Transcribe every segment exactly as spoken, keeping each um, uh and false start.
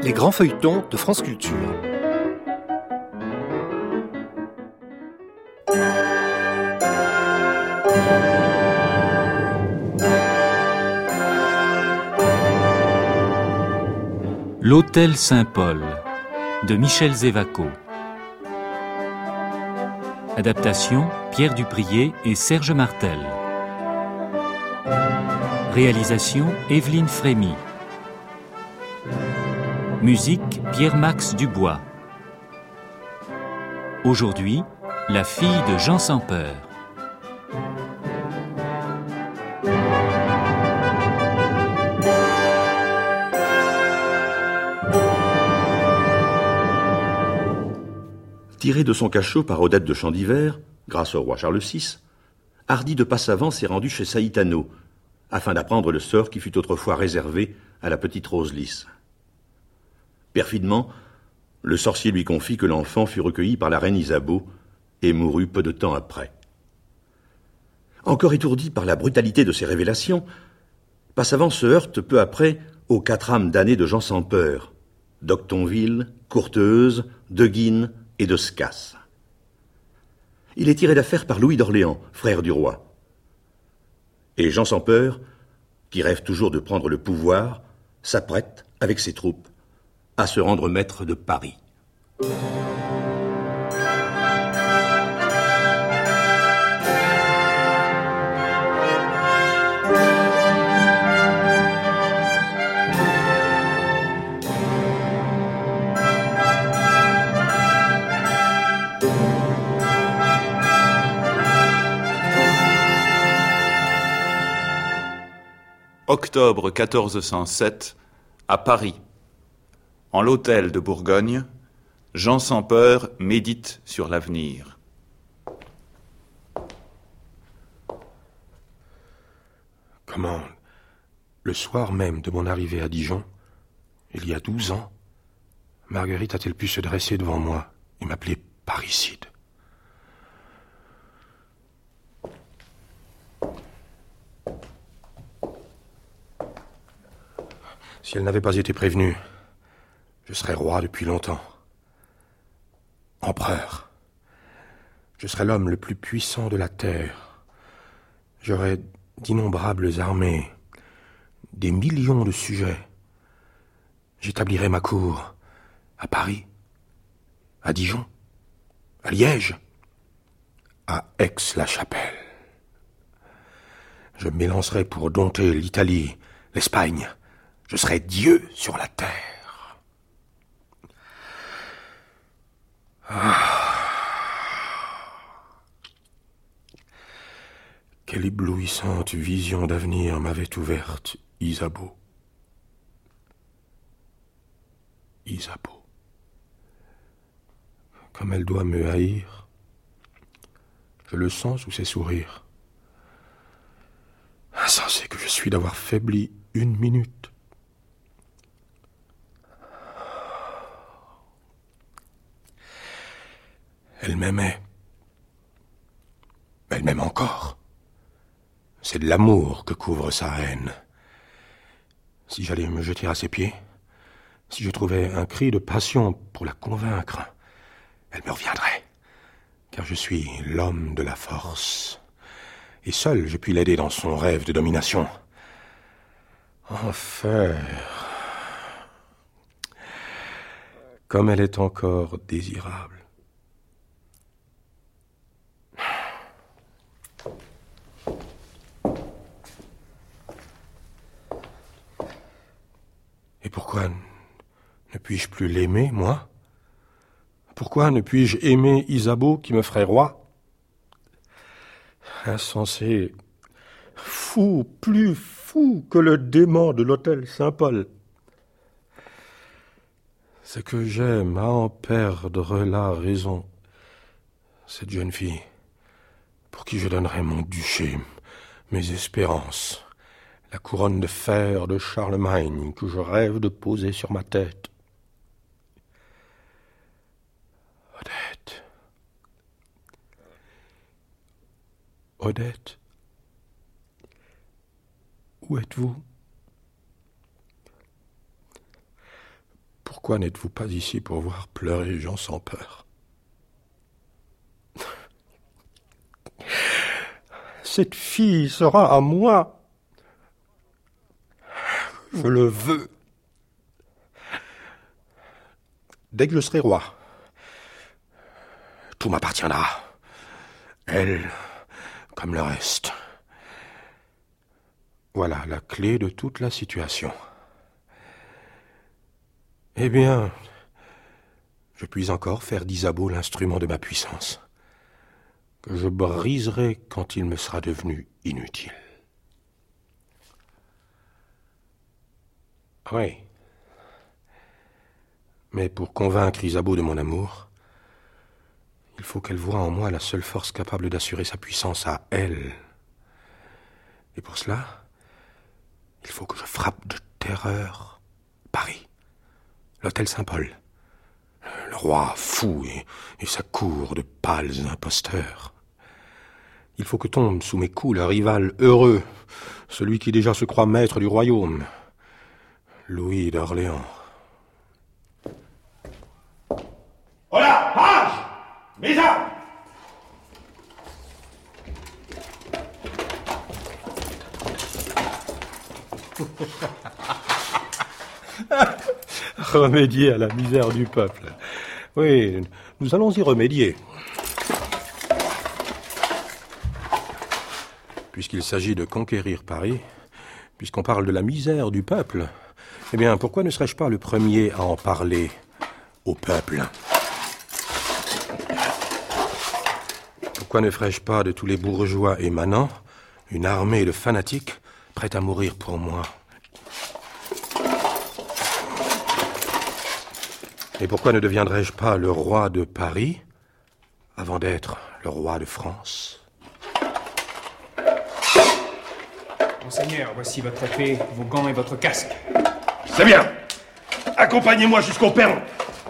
Les grands feuilletons de France Culture. L'Hôtel Saint-Paul de Michel Zévaco. Adaptation Pierre Duprier et Serge Martel. Réalisation Evelyne Frémy. Musique Pierre-Max Dubois. Aujourd'hui, la fille de Jean sans peur. Tiré de son cachot par Odette de Chandivert, grâce au roi Charles six, Hardy de Passavant s'est rendu chez Saïtano, afin d'apprendre le sort qui fut autrefois réservé à la petite Rose lisse. Perfidement, le sorcier lui confie que l'enfant fut recueilli par la reine Isabeau et mourut peu de temps après. Encore étourdi par la brutalité de ces révélations, Passavant se heurte peu après aux quatre âmes damnées de Jean sans peur, d'Octonville, Courteuse, de Guines et de Scasse. Il est tiré d'affaire par Louis d'Orléans, frère du roi. Et Jean sans peur, qui rêve toujours de prendre le pouvoir, s'apprête, avec ses troupes, à se rendre maître de Paris. Octobre quatorze cent sept, à Paris. En l'hôtel de Bourgogne, Jean sans peur médite sur l'avenir. Comment, le soir même de mon arrivée à Dijon, il y a douze ans, Marguerite a-t-elle pu se dresser devant moi et m'appeler parricide? Si elle n'avait pas été prévenue, je serais roi depuis longtemps. Empereur. Je serais l'homme le plus puissant de la terre. J'aurais d'innombrables armées, des millions de sujets. J'établirais ma cour à Paris, à Dijon, à Liège, à Aix-la-Chapelle. Je m'élancerais pour dompter l'Italie, l'Espagne. Je serais Dieu sur la terre. Ah. Quelle éblouissante vision d'avenir m'avait ouverte Isabeau. Isabeau. Comme elle doit me haïr, je le sens sous ses sourires. Insensé que je suis d'avoir faibli une minute. Elle m'aimait. Elle m'aime encore. C'est de l'amour que couvre sa haine. Si j'allais me jeter à ses pieds, si je trouvais un cri de passion pour la convaincre, elle me reviendrait, car je suis l'homme de la force. Et seul je puis l'aider dans son rêve de domination. Enfer. Comme elle est encore désirable. Et pourquoi ne puis-je plus l'aimer, moi? Pourquoi ne puis-je aimer Isabeau qui me ferait roi? Insensé, fou, plus fou que le démon de l'hôtel Saint-Paul. C'est que j'aime à en perdre la raison. Cette jeune fille, pour qui je donnerais mon duché, mes espérances, la couronne de fer de Charlemagne que je rêve de poser sur ma tête. Odette. Odette. Où êtes-vous? Pourquoi n'êtes-vous pas ici pour voir pleurer Jean sans peur? Cette fille sera à moi. Je le veux. Dès que je serai roi, tout m'appartiendra. Elle, comme le reste. Voilà la clé de toute la situation. Eh bien, je puis encore faire d'Isabeau l'instrument de ma puissance, que je briserai quand il me sera devenu inutile. Oui. Mais pour convaincre Isabeau de mon amour, il faut qu'elle voie en moi la seule force capable d'assurer sa puissance à elle. Et pour cela, il faut que je frappe de terreur Paris, l'hôtel Saint-Paul, le roi fou et, et sa cour de pâles imposteurs. Il faut que tombe sous mes coups le rival heureux, celui qui déjà se croit maître du royaume, Louis d'Orléans. Voilà, page! Mes armes! Remédier à la misère du peuple. Oui, nous allons y remédier. Puisqu'il s'agit de conquérir Paris, puisqu'on parle de la misère du peuple, eh bien, pourquoi ne serais-je pas le premier à en parler au peuple? Pourquoi ne ferais-je pas de tous les bourgeois émanants une armée de fanatiques prête à mourir pour moi? Et pourquoi ne deviendrais-je pas le roi de Paris avant d'être le roi de France? Monseigneur, voici votre épée, vos gants et votre casque. C'est bien. Accompagnez-moi jusqu'au perron.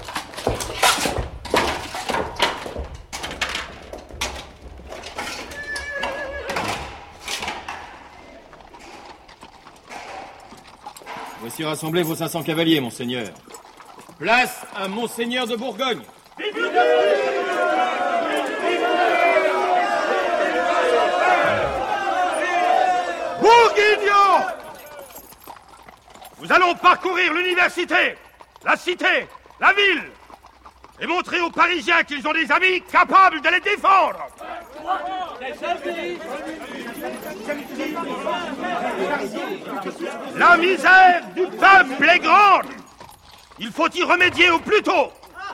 Voici rassemblés vos cinq cents cavaliers, monseigneur. Place à monseigneur de Bourgogne. Bourguignons! Nous allons parcourir l'université, la cité, la ville, et montrer aux Parisiens qu'ils ont des amis capables de les défendre. La misère du peuple est grande. Il faut y remédier au plus tôt.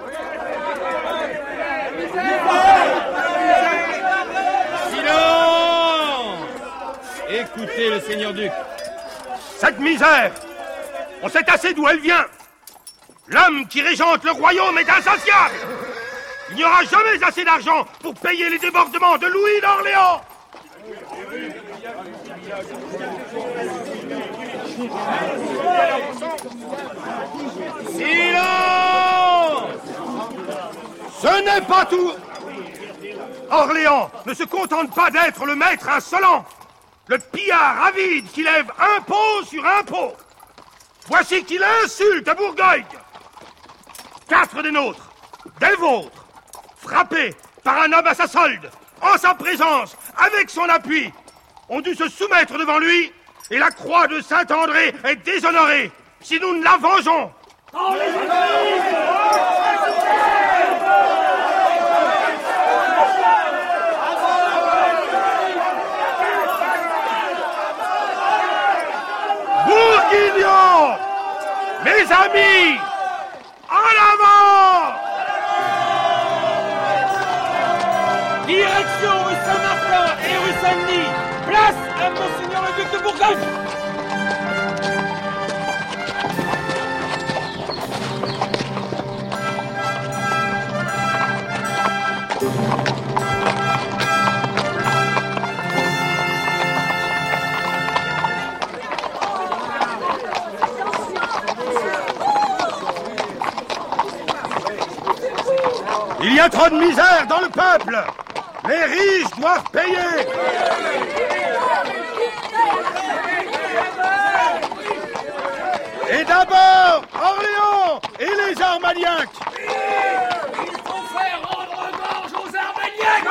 Silence! Écoutez le seigneur duc. Cette misère, on sait assez d'où elle vient. L'homme qui régente le royaume est insatiable. Il n'y aura jamais assez d'argent pour payer les débordements de Louis d'Orléans. Silence! Ce n'est pas tout. Orléans ne se contente pas d'être le maître insolent, le pillard avide qui lève impôt sur impôt. Voici qu'il insulte Bourgogne. Quatre des nôtres, des vôtres, frappés par un homme à sa solde, en sa présence, avec son appui, ont dû se soumettre devant lui, et la croix de Saint-André est déshonorée si nous ne la vengeons. Bourguignons, mes amis, en avant! Direction rue Saint-Martin et rue Saint-Denis. Place à monseigneur le duc de Bourgogne. Il y a trop de misère dans le peuple. Les riches doivent payer. Et d'abord, Orléans et les Armagnac! Il faut faire rendre gorge aux Armagnacs!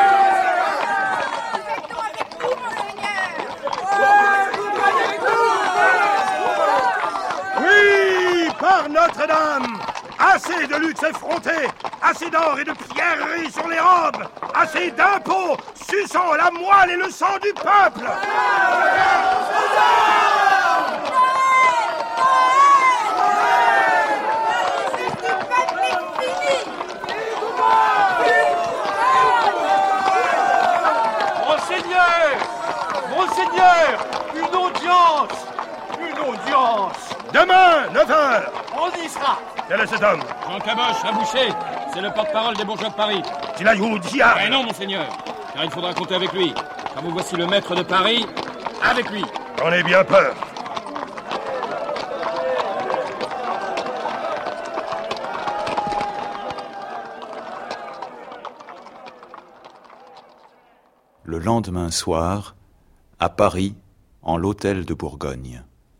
Oui, par Notre-Dame! Assez de luxe effrontée, assez d'or et de pierreries sur les robes, assez d'impôts suçant la moelle et le sang du peuple! Monseigneur! Monseigneur! Une audience! Une audience! Demain, neuf heures! On y sera! Quel est cet homme? Jean Caboche, un boucher. C'est le porte-parole des bourgeois de Paris. Qu'il aille au diable! Eh non, monseigneur, car il faudra compter avec lui. Car vous voici le maître de Paris, avec lui. J'en ai bien peur. Le lendemain soir, à Paris, en l'hôtel de Bourgogne.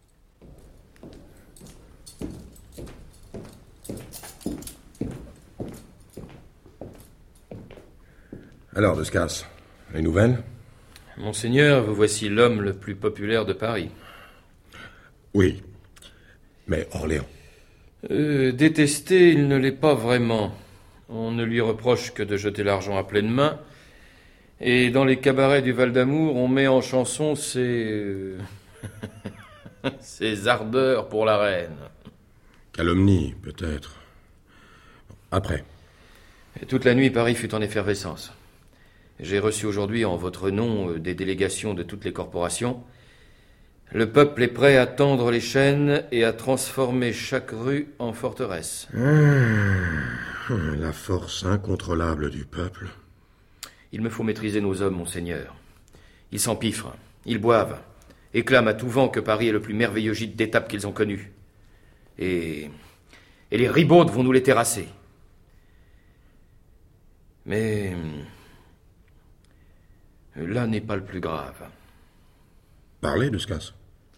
Alors, Descas, les nouvelles? Monseigneur, vous voici l'homme le plus populaire de Paris. Oui, mais Orléans. Euh, détesté, il ne l'est pas vraiment. On ne lui reproche que de jeter l'argent à pleine main. Et dans les cabarets du Val-d'Amour, on met en chanson ses... euh, ses ardeurs pour la reine. Calomnie, peut-être. Après. Et toute la nuit, Paris fut en effervescence. J'ai reçu aujourd'hui en votre nom euh, des délégations de toutes les corporations. Le peuple est prêt à tendre les chaînes et à transformer chaque rue en forteresse. Ah, la force incontrôlable du peuple. Il me faut maîtriser nos hommes, monseigneur. Ils s'empiffrent, ils boivent, et clament à tout vent que Paris est le plus merveilleux gîte d'étape qu'ils ont connu. Et... et les ribaudes vont nous les terrasser. Mais... là n'est pas le plus grave. Parlez, Descas.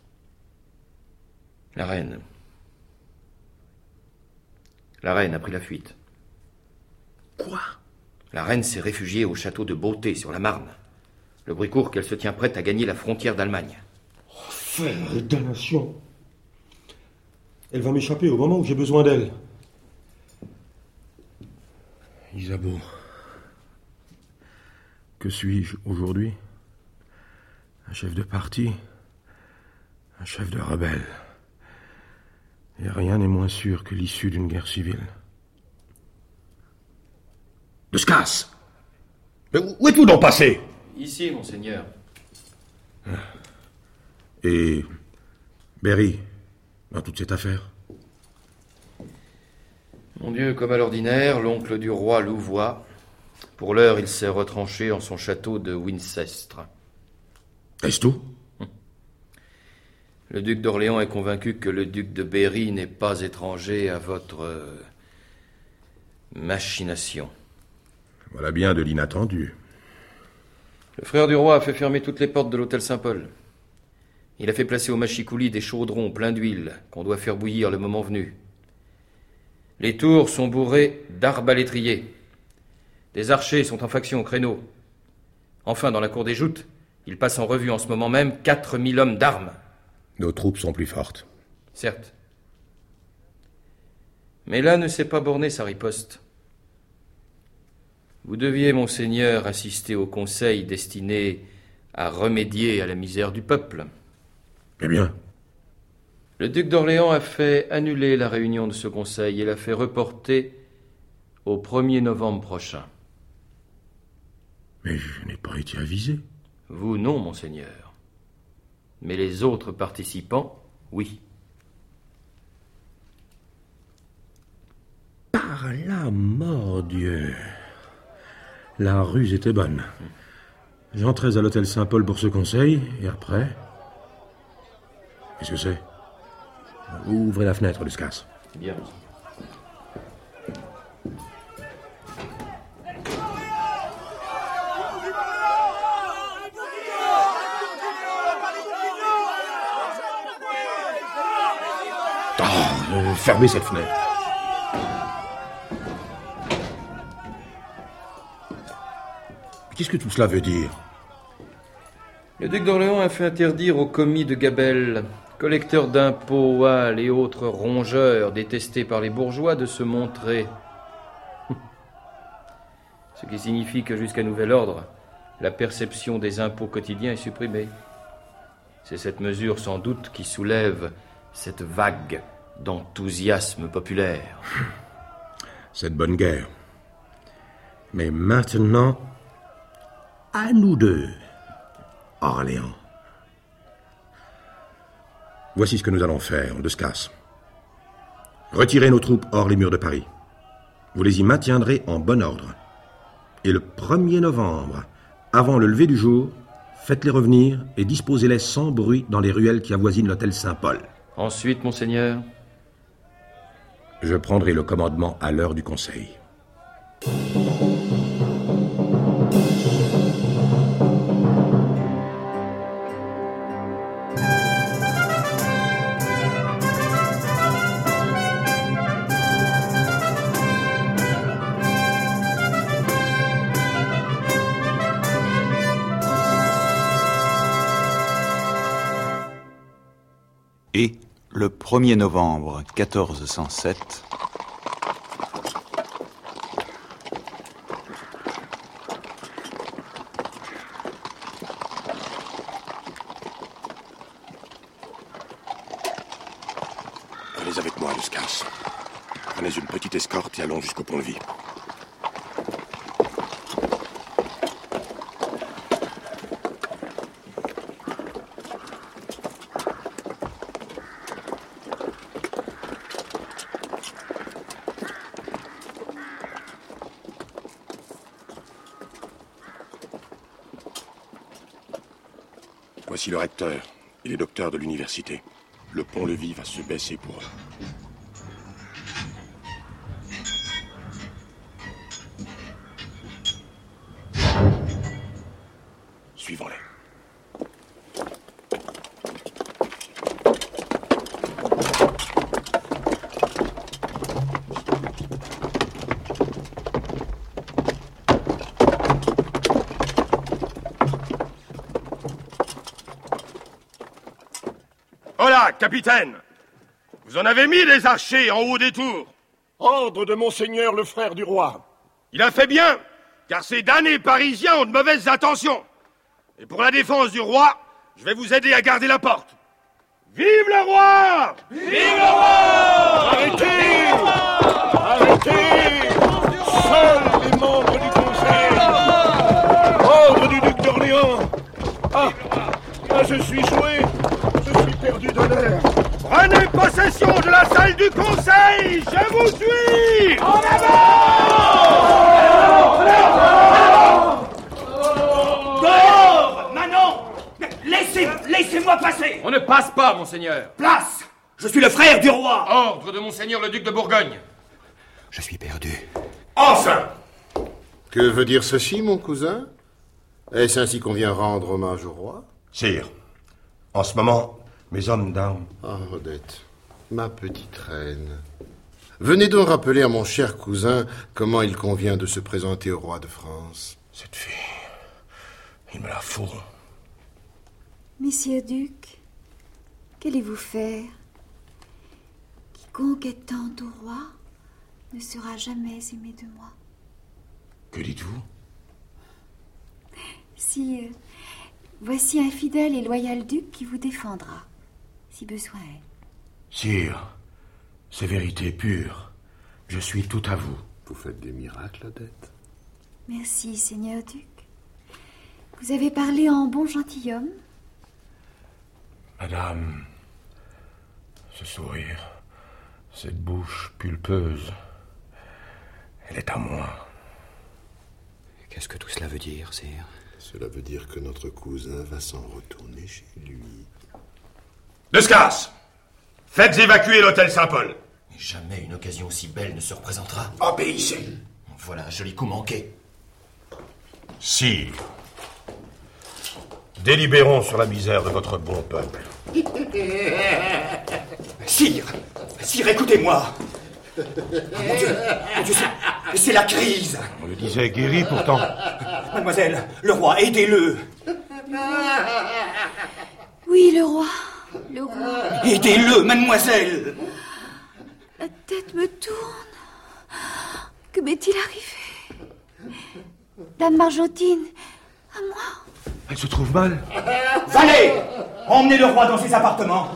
La reine. La reine a pris la fuite. Quoi? La reine s'est réfugiée au château de Beauté, sur la Marne. Le bruit court qu'elle se tient prête à gagner la frontière d'Allemagne. Frère damnation. Elle va m'échapper au moment où j'ai besoin d'elle. Isabeau. Que suis-je aujourd'hui? Un chef de parti, un chef de rebelle. Et rien n'est moins sûr que l'issue d'une guerre civile. Descas! Mais où êtes-vous donc passé? Ici, monseigneur. Et Berry, dans toute cette affaire? Mon Dieu, comme à l'ordinaire, l'oncle du roi louvoie. Pour l'heure, il s'est retranché en son château de Wincestre. Est-ce tout? Le duc d'Orléans est convaincu que le duc de Berry n'est pas étranger à votre... euh, machination. Voilà bien de l'inattendu. Le frère du roi a fait fermer toutes les portes de l'hôtel Saint-Paul. Il a fait placer au machicoulis des chaudrons pleins d'huile qu'on doit faire bouillir le moment venu. Les tours sont bourrées d'arbalétriers. Des archers sont en faction au créneau. Enfin, dans la cour des joutes, il passe en revue en ce moment même quatre mille hommes d'armes. Nos troupes sont plus fortes. Certes. Mais là ne s'est pas borné sa riposte. Vous deviez, monseigneur, assister au conseil destiné à remédier à la misère du peuple. Eh bien? Le duc d'Orléans a fait annuler la réunion de ce conseil et l'a fait reporter au premier novembre prochain. Mais je n'ai pas été avisé. Vous, non, monseigneur. Mais les autres participants, oui. Par la mordieu. La ruse était bonne. J'entrais à l'hôtel Saint-Paul pour ce conseil, et après... Qu'est-ce que c'est? Ouvrez la fenêtre, Descas. Bien. Oh, euh, fermez cette fenêtre. Qu'est-ce que tout cela veut dire? Le duc d'Orléans a fait interdire aux commis de gabelle, collecteurs d'impôts, halles et autres rongeurs détestés par les bourgeois, de se montrer. Ce qui signifie que jusqu'à nouvel ordre, la perception des impôts quotidiens est supprimée. C'est cette mesure sans doute qui soulève cette vague d'enthousiasme populaire. C'est de bonne guerre. Mais maintenant, à nous deux, Orléans. Voici ce que nous allons faire, on se casse. Retirez nos troupes hors les murs de Paris. Vous les y maintiendrez en bon ordre. Et le premier novembre, avant le lever du jour, faites-les revenir et disposez-les sans bruit dans les ruelles qui avoisinent l'hôtel Saint-Paul. Ensuite, monseigneur? Je prendrai le commandement à l'heure du conseil. Et, le premier novembre quatorze cent sept... Allez avec moi, Luscas. Prenez une petite escorte et allons jusqu'au pont-levis. Voici le recteur et les docteurs de l'université. Le pont-levis va se baisser pour eux. Suivons-les. Hola, capitaine! Vous en avez mis des archers en haut des tours. Ordre de monseigneur le frère du roi. Il a fait bien, car ces damnés parisiens ont de mauvaises intentions. Et pour la défense du roi, je vais vous aider à garder la porte. Vive le roi! Vive le roi! Arrêtez! Arrêtez! Seuls les membres du conseil! Ordre du duc d'Orléans! Ah! Ah, je suis joué! Je suis perdu d'honneur! Prenez possession de la salle du conseil! Je vous suis! En avant! Dehors! Manon! Laissez, laissez-moi passer! On ne passe pas, monseigneur! Place! Je suis le frère du roi! Ordre de monseigneur le duc de Bourgogne! Je suis perdu. Enfin! Que veut dire ceci, mon cousin? Est-ce ainsi qu'on vient rendre hommage au roi? Sire, en ce moment, mes hommes d'armes... Ah, Odette, ma petite reine. Venez donc rappeler à mon cher cousin comment il convient de se présenter au roi de France. Cette fille, il me la fout. Messire duc, qu'allez-vous faire? Quiconque est tendre au roi ne sera jamais aimé de moi. Que dites-vous? Sire, voici un fidèle et loyal duc qui vous défendra, si besoin est. Sire, c'est vérité pure. Je suis tout à vous. Vous faites des miracles, Odette. Merci, seigneur duc. Vous avez parlé en bon gentilhomme. Madame, ce sourire, cette bouche pulpeuse, elle est à moi. Qu'est-ce que tout cela veut dire, sire? Cela veut dire que notre cousin va s'en retourner chez lui. Luscas! Faites évacuer l'hôtel Saint-Paul. Mais jamais une occasion aussi belle ne se représentera. Obéissez. Voilà un joli coup manqué. Sire, délibérons sur la misère de votre bon peuple. Sire! Sire, écoutez-moi! Mon Dieu! Mon Dieu, c'est, c'est la crise! On le disait guéri pourtant. Mademoiselle, le roi, aidez-le. Oui, le roi. Le roi. Aidez-le, mademoiselle. La tête me tourne. Que m'est-il arrivé? Dame Margentine, à moi. Elle se trouve mal. Valet, emmenez le roi dans ses appartements.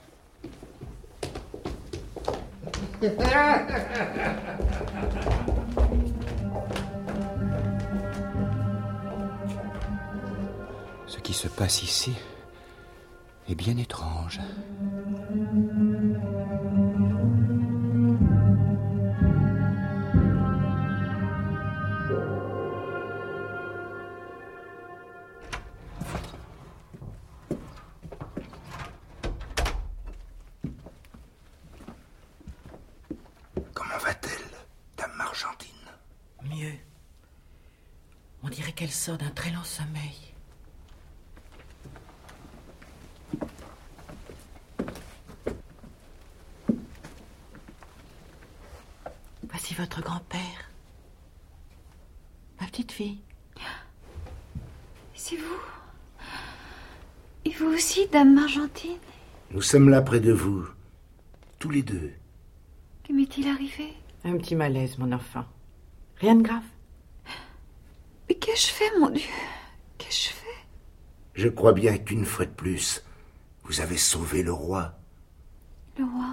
Ce qui se passe ici est bien étrange. Comment va-t-elle, Dame Margentine? Mieux. On dirait qu'elle sort d'un très long sommeil. Voici votre grand-père. Ma petite fille. C'est vous? Et vous aussi, Dame Margentine? Nous sommes là près de vous, tous les deux. Que m'est-il arrivé? Un petit malaise, mon enfant. Rien de grave. Mais qu'ai-je fait, mon Dieu? Qu'ai-je fait? Je crois bien qu'une fois de plus, vous avez sauvé le roi. Le roi?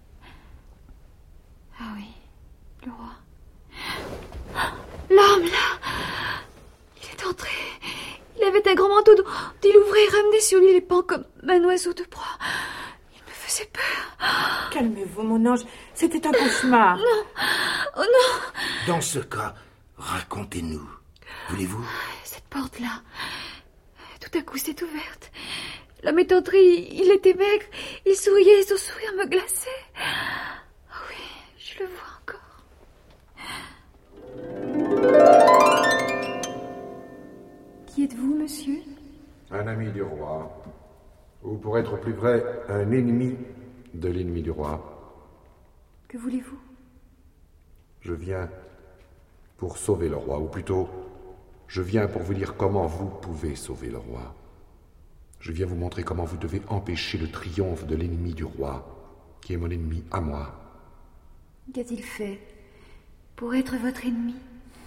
Ah oui, le roi. L'homme, là! Il est entré. Il avait un grand manteau dont il ouvrait et ramenait sur lui les pans comme un oiseau de proie. Il me faisait peur. Calmez-vous, mon ange. C'était un cauchemar. Non. Oh non. Dans ce cas, racontez-nous. Voulez-vous? Cette porte-là, tout à coup, s'est ouverte. L'homme est entré, il était maigre, il souriait et son sourire me glaçait. Oh oui, je le vois encore. Qui êtes-vous, monsieur? Un ami du roi. Ou pour être plus vrai, un ennemi de l'ennemi du roi. Que voulez-vous? Je viens pour sauver le roi, ou plutôt, je viens pour vous dire comment vous pouvez sauver le roi. Je viens vous montrer comment vous devez empêcher le triomphe de l'ennemi du roi, qui est mon ennemi à moi. Qu'a-t-il fait pour être votre ennemi?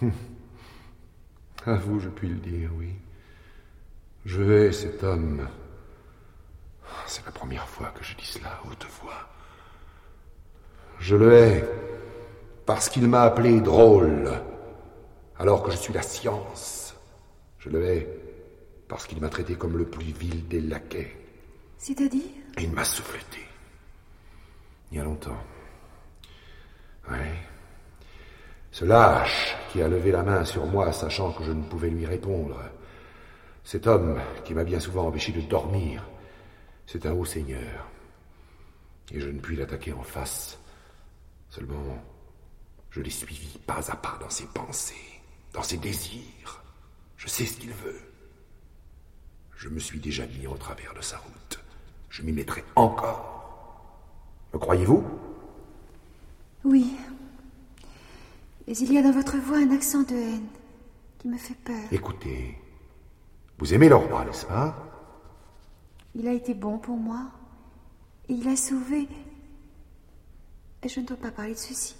À vous, je puis le dire, oui. Je hais cet homme. C'est la première fois que je dis cela à haute voix. Je le hais parce qu'il m'a appelé drôle, alors que je suis la science. Je le hais parce qu'il m'a traité comme le plus vil des laquais. C'est-à-dire? Et il m'a souffleté. Il y a longtemps. Ouais. Ce lâche qui a levé la main sur moi, sachant que je ne pouvais lui répondre. Cet homme qui m'a bien souvent empêché de dormir. C'est un haut seigneur. Et je ne puis l'attaquer en face. Seulement, je l'ai suivi pas à pas dans ses pensées, dans ses désirs. Je sais ce qu'il veut. Je me suis déjà mis au travers de sa route. Je m'y mettrai encore. Me croyez-vous? Oui. Mais il y a dans votre voix un accent de haine qui me fait peur. Écoutez, vous aimez le roi, n'est-ce pas? Il a été bon pour moi. Et il a sauvé... Et je ne dois pas parler de ceci.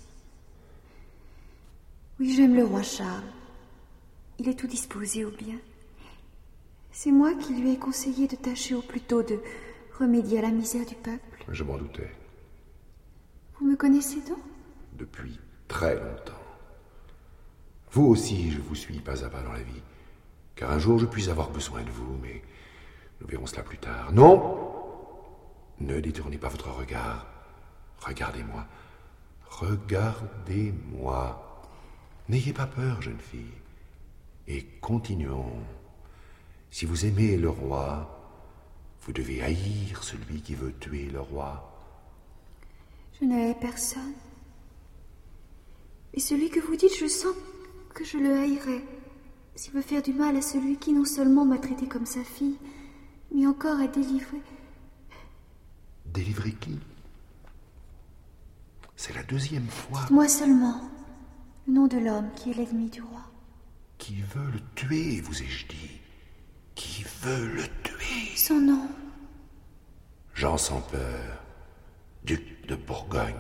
Oui, j'aime le roi Charles. Il est tout disposé au bien. C'est moi qui lui ai conseillé de tâcher au plus tôt de remédier à la misère du peuple. Je m'en doutais. Vous me connaissez donc? Depuis très longtemps. Vous aussi, je vous suis pas à pas dans la vie. Car un jour, je puis avoir besoin de vous, mais nous verrons cela plus tard. Non! Ne détournez pas votre regard. Regardez-moi. Regardez-moi. N'ayez pas peur, jeune fille. Et continuons. Si vous aimez le roi, vous devez haïr celui qui veut tuer le roi. Je ne hais personne. Et celui que vous dites, je sens que je le haïrais s'il veut faire du mal à celui qui non seulement m'a traité comme sa fille, mais encore a délivré... Délivrer qui? C'est la deuxième fois. Dites-moi seulement le nom de l'homme qui est l'ennemi du roi. Qui veut le tuer, vous ai-je dit? Qui veut le tuer? Son nom? Jean sans peur, duc de Bourgogne.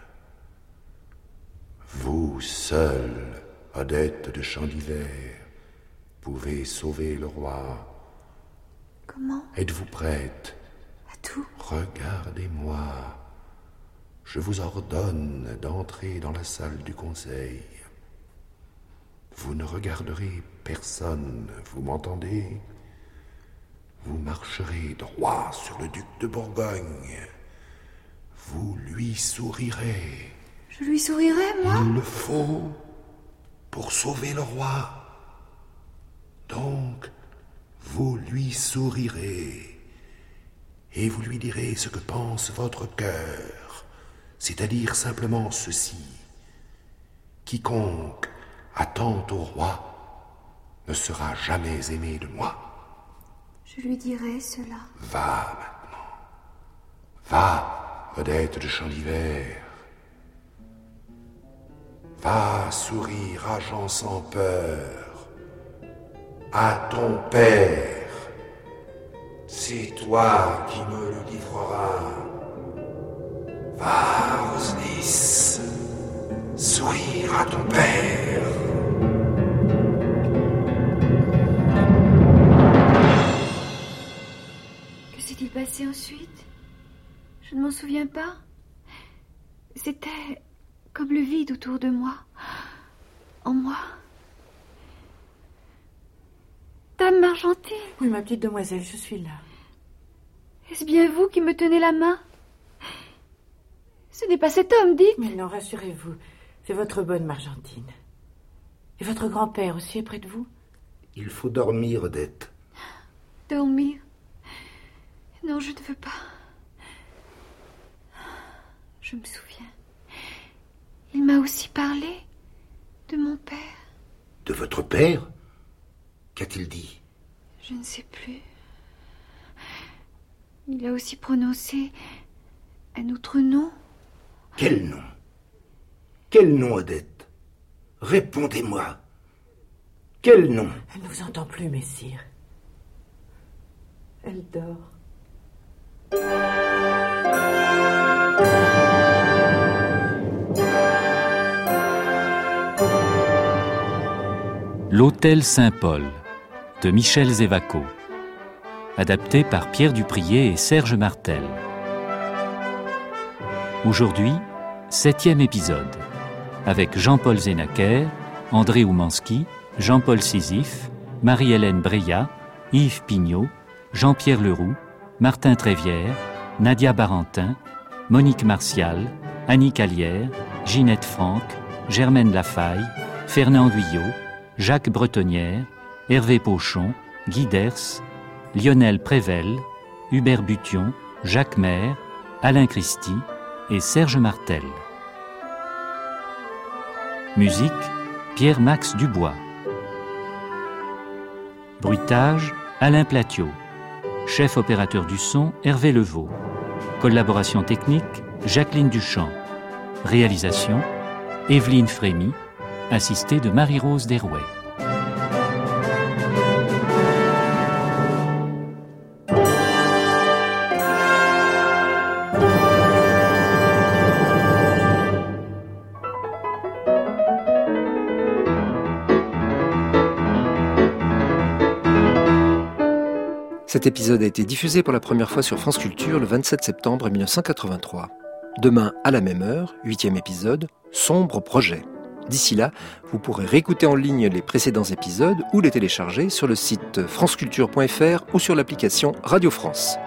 Vous seul, Odette de Chandivert, pouvez sauver le roi. Comment? Êtes-vous prête? À tout? Regardez-moi. Je vous ordonne d'entrer dans la salle du conseil. Vous ne regarderez personne, vous m'entendez? Vous marcherez droit sur le duc de Bourgogne. Vous lui sourirez. Je lui sourirai, moi? Il le faut pour sauver le roi. Donc, vous lui sourirez et vous lui direz ce que pense votre cœur, c'est-à-dire simplement ceci. Quiconque attend au roi ne sera jamais aimé de moi. Je lui dirai cela. Va maintenant. Va, Odette de Chandivert. Va sourire à Jean sans peur, à ton père. C'est toi qui me le livreras. Va, Roselysse, sourire à ton père. Que s'est-il passé ensuite? Je ne m'en souviens pas. C'était comme le vide autour de moi, en moi. Dame Margentine? Oui, ma petite demoiselle, je suis là. Est-ce bien vous qui me tenez la main? Ce n'est pas cet homme, dites. Mais non, rassurez-vous, c'est votre bonne Margentine. Et votre grand-père aussi est près de vous? Il faut dormir, Odette. Dormir? Non, je ne veux pas. Je me souviens. Il m'a aussi parlé de mon père. De votre père? Qu'a-t-il dit? Je ne sais plus. Il a aussi prononcé un autre nom. Quel nom? Quel nom, Odette? Répondez-moi. Quel nom? Elle ne vous entend plus, messire. Elle dort. L'Hôtel Saint-Paul de Michel Zévaco, adapté par Pierre Duprier et Serge Martel. Aujourd'hui, septième épisode, avec Jean-Paul Zénacker, André Oumanski, Jean-Paul Sisyphe, Marie-Hélène Breillat, Yves Pignot, Jean-Pierre Leroux, Martin Trévière, Nadia Barentin, Monique Martial, Annie Calière, Ginette Franck, Germaine Lafaille, Fernand Guyot, Jacques Bretonnière, Hervé Pochon, Guy Ders, Lionel Prével, Hubert Bution, Jacques Maire, Alain Christie et Serge Martel. Musique, Pierre-Max Dubois. Bruitage, Alain Platiot. Chef opérateur du son, Hervé Levaux. Collaboration technique, Jacqueline Duchamp. Réalisation, Evelyne Frémy, assistée de Marie-Rose Derouet. Cet épisode a été diffusé pour la première fois sur France Culture le vingt-sept septembre mille neuf cent quatre-vingt-trois. Demain, à la même heure, huitième épisode, Sombre projet. D'ici là, vous pourrez réécouter en ligne les précédents épisodes ou les télécharger sur le site franceculture point f r ou sur l'application Radio France.